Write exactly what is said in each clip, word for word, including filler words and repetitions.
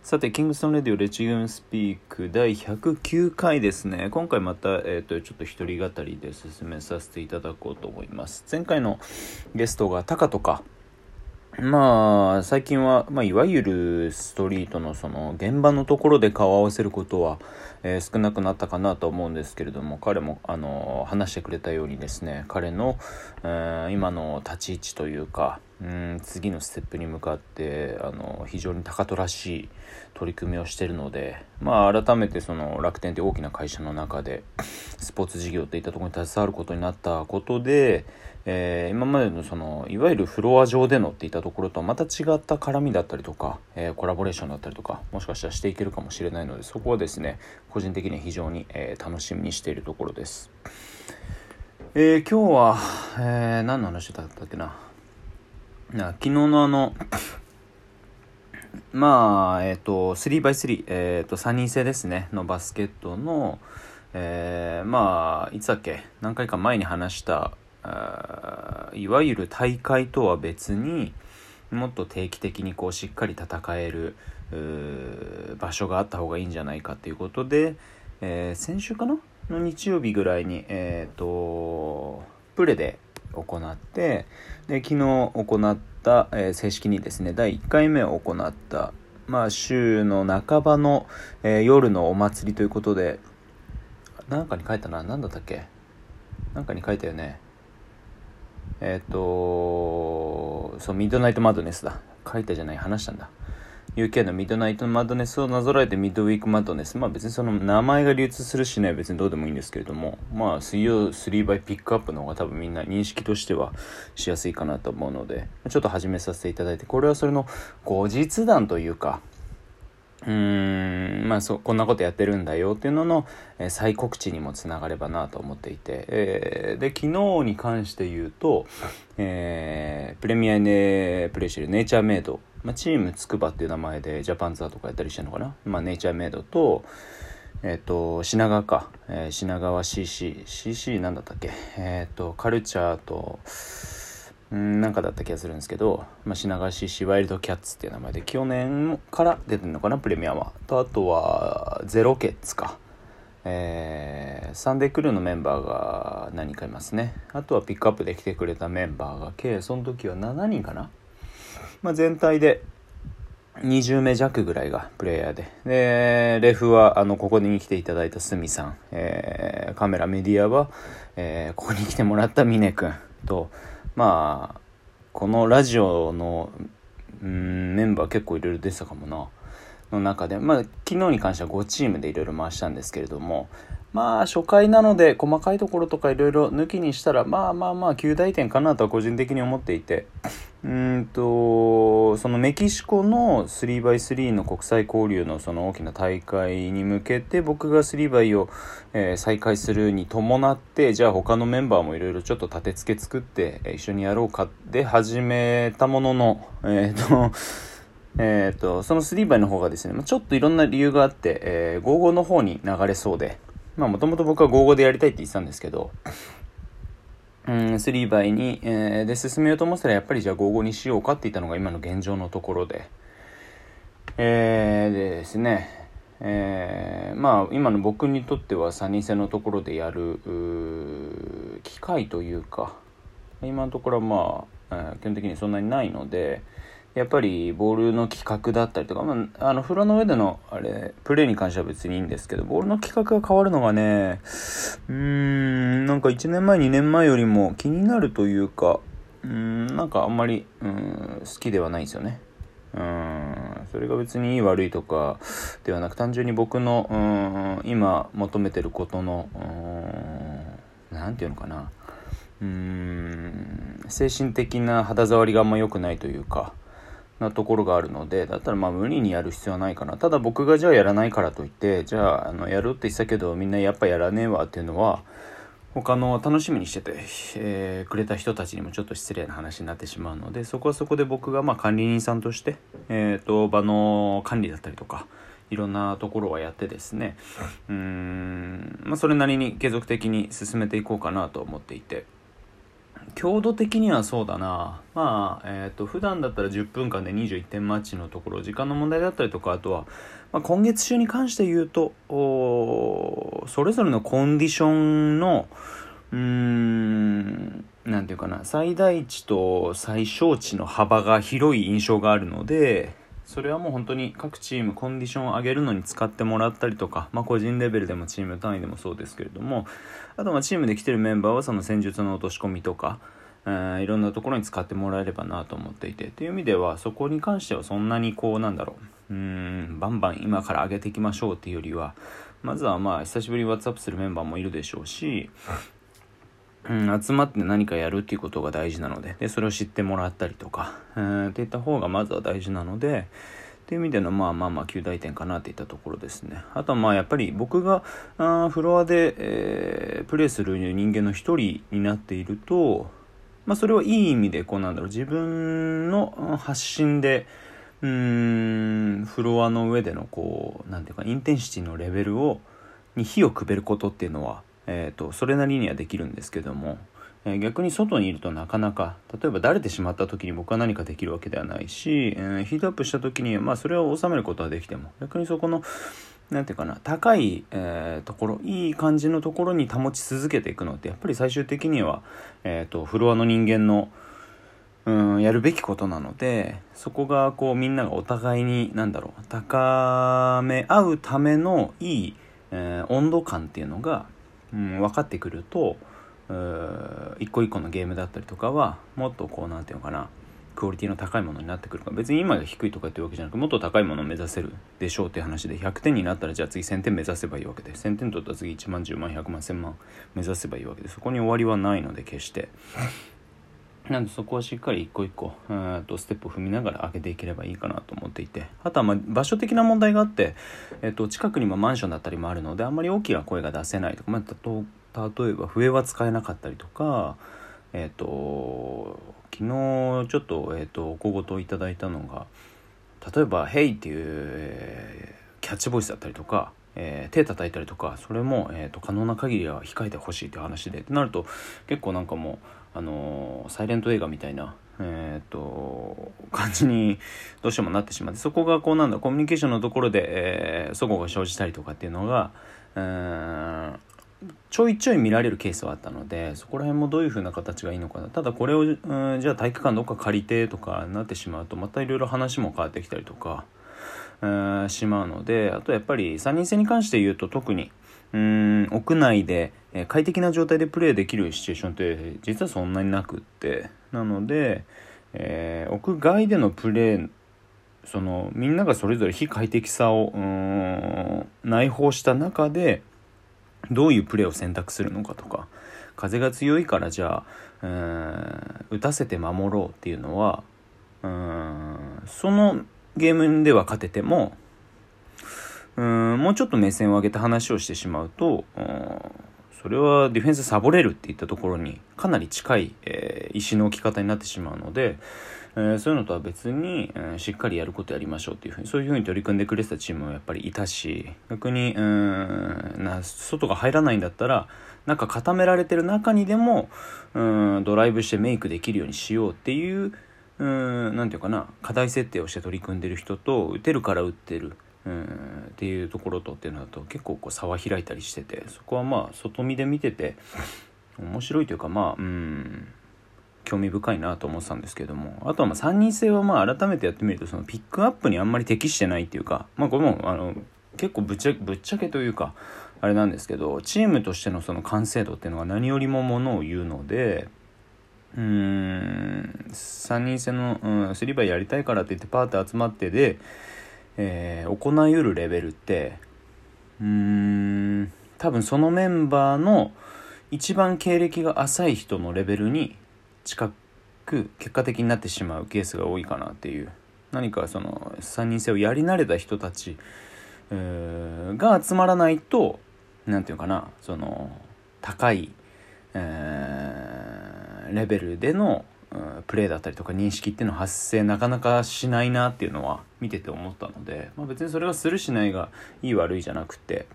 さて、キングストンレディオレチユンスピークだいひゃくきゅうかいですね。今回また、えー、とちょっと一人語りで進めさせていただこうと思います。前回のゲストがタカとか、まあ最近は、まあ、いわゆるストリートのその現場のところで顔を合わせることは、えー、少なくなったかなと思うんですけれども、彼もあの話してくれたようにですね、彼の、えー、今の立ち位置というか、うん次のステップに向かってあの非常にタカトらしい取り組みをしているので、まあ改めてその楽天という大きな会社の中でスポーツ事業といったところに携わることになったことで、えー、今までのそのいわゆるフロア上でのっていったところとはまた違った絡みだったりとか、えー、コラボレーションだったりとか、もしかしたらしていけるかもしれないので、そこはですね個人的には非常に、えー、楽しみにしているところです。えー、今日は、えー、何の話だったっけなな昨日のあのまあえっ、ー、と スリーバイスリー、えっ、ー、とさんにん制ですねのバスケットの、えー、まあいつだっけ何回か前に話したいわゆる大会とは別にもっと定期的にこうしっかり戦える場所があった方がいいんじゃないかということで、えー、先週かなの日曜日ぐらいにえっ、ー、とプレで行って、で昨日行った、えー、正式にですねだいいっかいめを行った、まあ、週の半ばの、えー、夜のお祭りということで、なんかに書いたな、なんだったっけ、なんかに書いたよね、えっ、ー、とそうミッドナイトマッドネスだ、書いたじゃない話したんだ。 ユーケー のミッドナイトマッドネスをなぞらえてミッドウィークマッドネス、まあ別にその名前が流通するしない別にどうでもいいんですけれども、まあ水曜スリーバイピックアップの方が多分みんな認識としてはしやすいかなと思うので、ちょっと始めさせていただいて、これはそれの後日談というか、うーんまあそこんなことやってるんだよっていうのの、えー、再告知にもつながればなと思っていて、えー、で昨日に関して言うと、えー、プレミアでプレイしてるネイチャーメイド、まあ、チームつくばっていう名前でジャパンツアーとかやったりしてるのかな、まあ、ネイチャーメイドとえっ、ー、と品川か、えー、品川 シーシー シーシー なんだったっけ、えっ、ー、とカルチャーとんなんかだった気がするんですけど、まあ、品川 シーシー ワイルドキャッツっていう名前で去年から出てるのかな、プレミアはと、あとはゼロケッツか、えー、サンデークルーのメンバーが何人かいますね。あとはピックアップで来てくれたメンバーが計その時はしちにんかな、まあ、全体でにじゅうめ弱ぐらいがプレイヤーで、でレフはあのここに来ていただいたスミさん、えー、カメラメディアは、えー、ここに来てもらったミネ君と、まあこのラジオのうんメンバー結構いろいろ出てたかもなの中で、まあ昨日に関してはごチームでいろいろ回したんですけれども、まあ初回なので細かいところとかいろいろ抜きにしたらまあまあまあきゅう大点かなとは個人的に思っていて、うーんとそのメキシコの スリーバイスリー の国際交流のその大きな大会に向けて僕が スリーバイ を、えー、再開するに伴って、じゃあ他のメンバーもいろいろちょっと立て付け作って一緒にやろうかで始めたものの、えーとえーとその スリーバイ の方がですねちょっといろんな理由があって、えー、ゴーゴーの方に流れそうで、まあもともと僕はゴーゴーでやりたいって言ってたんですけど、うん、スリーバイに、えー、で進めようと思ったらやっぱりじゃあゴーゴーにしようかって言ったのが今の現状のところで、えー、でですね、えー、まあ今の僕にとってはさんにん制のところでやる機会というか、今のところはまあ、えー、基本的にそんなにないので、やっぱりボールの規格だったりとか、まあ、あのフロアの上でのあれプレーに関しては別にいいんですけど、ボールの規格が変わるのがね、うーんなんかいちねんまえにねんまえよりも気になるというか、うーんなんかあんまりうーん好きではないんですよね。うーんそれが別にいい悪いとかではなく、単純に僕のうーん今求めてることのうーんなんていうのかな、うーん精神的な肌触りがあんま良くないというかなところがあるので、だったらまあ無理にやる必要はないかな。ただ僕がじゃあやらないからといってじゃあ、あのやるって言ってたけどみんなやっぱやらねえわっていうのは他の楽しみにしてて、えー、くれた人たちにもちょっと失礼な話になってしまうので、そこはそこで僕がまあ管理人さんとして、えー、と場の管理だったりとかいろんなところはやってですね、うーん、まあ、それなりに継続的に進めていこうかなと思っていて、 強度的にはそうだな。まあ、えっと、普段だったらじゅっぷんかんでにじゅういってんマッチのところ、時間の問題だったりとか、あとは、まあ、今月中に関して言うと、それぞれのコンディションの、うーん、なんていうかな、最大値と最小値の幅が広い印象があるので、それはもう本当に各チームコンディションを上げるのに使ってもらったりとか、まあ、個人レベルでもチーム単位でもそうですけれども、あとはチームで来てるメンバーはその戦術の落とし込みとか、えー、いろんなところに使ってもらえればなと思っていて、という意味ではそこに関してはそんなにこうなんだろう、うーんバンバン今から上げていきましょうっていうよりは、まずはまあ久しぶりに WhatsApp するメンバーもいるでしょうし、うん、集まって何かやるっていうことが大事なので、でそれを知ってもらったりとか、えー、っていった方がまずは大事なので、っていう意味でのまあまあまあきゅう大点かなっていったところですね。あとはまあやっぱり僕があフロアで、えー、プレイする人間の一人になっていると、まあそれはいい意味でこうなんだろう、自分の発信でうーんフロアの上でのこうなんていうかインテンシティのレベルをに火をくべることっていうのは、えーと、それなりにはできるんですけども、えー、逆に外にいるとなかなか、例えばだれてしまった時に僕は何かできるわけではないし、えー、ヒートアップした時に、まあ、それを収めることはできても、逆にそこのなんていうかな、高い、えー、ところ、いい感じのところに保ち続けていくのって、やっぱり最終的には、えーと、フロアの人間のうんやるべきことなので、そこがこうみんながお互いになんだろう、高め合うためのいい、えー、温度感っていうのが、うん、分かってくると、一個一個のゲームだったりとかはもっとこうなんていうのかな、クオリティの高いものになってくるから、別に今が低いとかっていうわけじゃなく、もっと高いものを目指せるでしょうっていう話で、ひゃくてんになったらじゃあ次せんてん目指せばいいわけで、せんてん取ったら次いちまんじゅうまんひゃくまんせんまん目指せばいいわけで、そこに終わりはないので決してなんでそこはしっかり一個一個とステップを踏みながら上げていければいいかなと思っていて、あとはまあ場所的な問題があって、えっと、近くにもマンションだったりもあるので、あんまり大きな声が出せないとか、まあ、と例えば笛は使えなかったりとか、えっと昨日ちょっと、えっと、小言をいただいたのが、例えば「ヘイ」っていう、えー、キャッチボイスだったりとか、えー、手叩いたりとか、それも、えーと、可能な限りは控えてほしいという話で、ってなると結構なんかもう、あのー、サイレント映画みたいな、えーと、感じにどうしてもなってしまって、そこがこうなんだコミュニケーションのところで、えー、齟齬が生じたりとかっていうのが、えーちょいちょい見られるケースはあったので、そこら辺もどういう風な形がいいのかな。ただこれを、うん、じゃあ体育館どっか借りてとかなってしまうと、またいろいろ話も変わってきたりとか、えー、しまうので、あとやっぱりさんにん制に関して言うと、特にうーん屋内で、えー、快適な状態でプレーできるシチュエーションって実はそんなになくって、なので、えー、屋外でのプレー、そのみんながそれぞれ非快適さをうーん内包した中でどういうプレーを選択するのかとか、風が強いからじゃあ、えー、打たせて守ろうっていうのは、うーんそのゲームでは勝てても、うーんもうちょっと目線を上げた話をしてしまうと、それはディフェンスサボれるっていったところにかなり近い、えー、石の置き方になってしまうので、えー、そういうのとは別に、えー、しっかりやることやりましょうっていうふうに、そういうふうに取り組んでくれてたチームもやっぱりいたし、逆にうーんな外が入らないんだったら、なんか固められてる中にでもうーんドライブしてメイクできるようにしようっていう、うーんなんていうかな、課題設定をして取り組んでる人と、打てるから打ってるうんっていうところとっていうのだと結構こう差は開いたりしてて、そこはまあ外見で見てて面白いというか、まあうん興味深いなと思ってたんですけども、あとはまあさんにん制はまあ改めてやってみると、そのピックアップにあんまり適してないっていうか、まあこれもあの結構ぶっちゃぶっちゃけというかあれなんですけど、チームとしてのその完成度っていうのが何よりもものを言うので、うーんさんにん制の、うん、スリーバイやりたいからって言ってパーって集まってで、えー、行いうるレベルって、うーん多分そのメンバーの一番経歴が浅い人のレベルに近く結果的になってしまうケースが多いかなっていう、何かそのさんにん制をやり慣れた人たち、えー、が集まらないと、なんていうかな、その高い、えー、レベルでのプレーだったりとか認識っていうのは発生なかなかしないなっていうのは見てて思ったので、まあ、別にそれがするしないがいい悪いじゃなくて、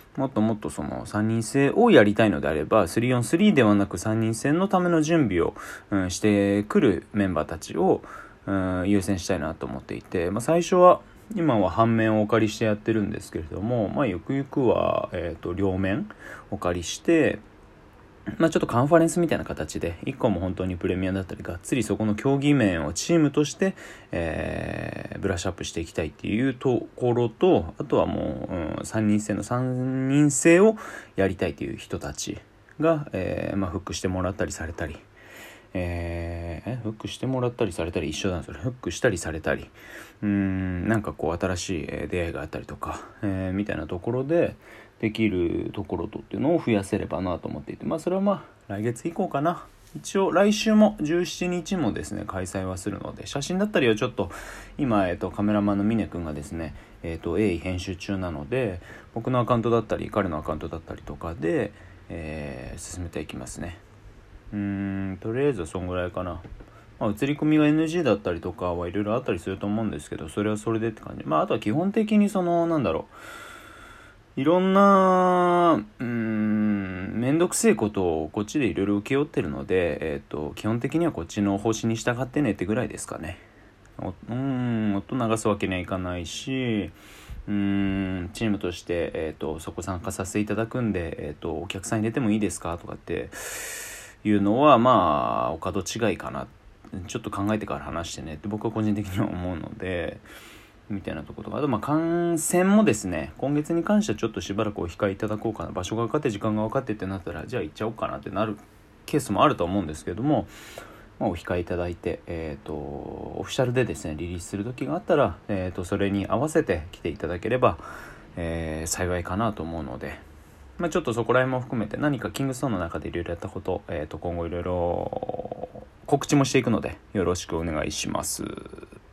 もっともっとそのさんにん制をやりたいのであれば スリーオンスリー ではなくさんにん制のための準備を、うん、してくるメンバーたちを、うん、優先したいなと思っていて、まあ、最初は今は半面をお借りしてやってるんですけれども、まあ、ゆくゆくは、えーと、両面お借りして、まあ、ちょっとカンファレンスみたいな形でいっこも本当にプレミアだったりがっつりそこの競技面をチームとして、えー、ブラッシュアップしていきたいっていうところと、あとはもう、うん、さんにん制のさんにん制をやりたいという人たちが、えーまあ、フックしてもらったりされたり、えー、フックしてもらったりされたり一緒なんですよ。フックしたりされたり、うーんなんかこう新しい出会いがあったりとか、えー、みたいなところでできるところとっていうのを増やせればなと思っていて、まあそれはまあ来月以降かな。一応来週もじゅうしちにちもですね開催はするので、写真だったりはちょっと今、えー、とカメラマンの峰君がですね、えー、と鋭意編集中なので、僕のアカウントだったり彼のアカウントだったりとかで、えー、進めていきますね。うーんとりあえずはそんぐらいかな。まあ、映り込みが エヌジー だったりとかはいろいろあったりすると思うんですけど、それはそれでって感じ。まああとは基本的にそのなんだろう、いろんなうーんめんどくせえことをこっちでいろいろ請け負ってるので、えーと基本的にはこっちの方針に従ってねってぐらいですかね。おうーん音流すわけにはいかないし、うーんチームとして、えー、とそこ参加させていただくんで、えー、とお客さん入れてもいいですかとかっていうのはまあお門違いかな、ちょっと考えてから話してねって僕は個人的には思うので、みたいなところとか、あとまあ観戦もですね、今月に関してはちょっとしばらくお控えいただこうかな、場所が分かって時間が分かってってなったらじゃあ行っちゃおうかなってなるケースもあると思うんですけども、まあ、お控えいただいて、えーとオフィシャルでですねリリースする時があったら、えーとそれに合わせて来ていただければ、えー幸いかなと思うので、まあ、ちょっとそこら辺も含めて何かキングストーンの中でいろいろやったこと、えーと今後いろいろ告知もしていくのでよろしくお願いします。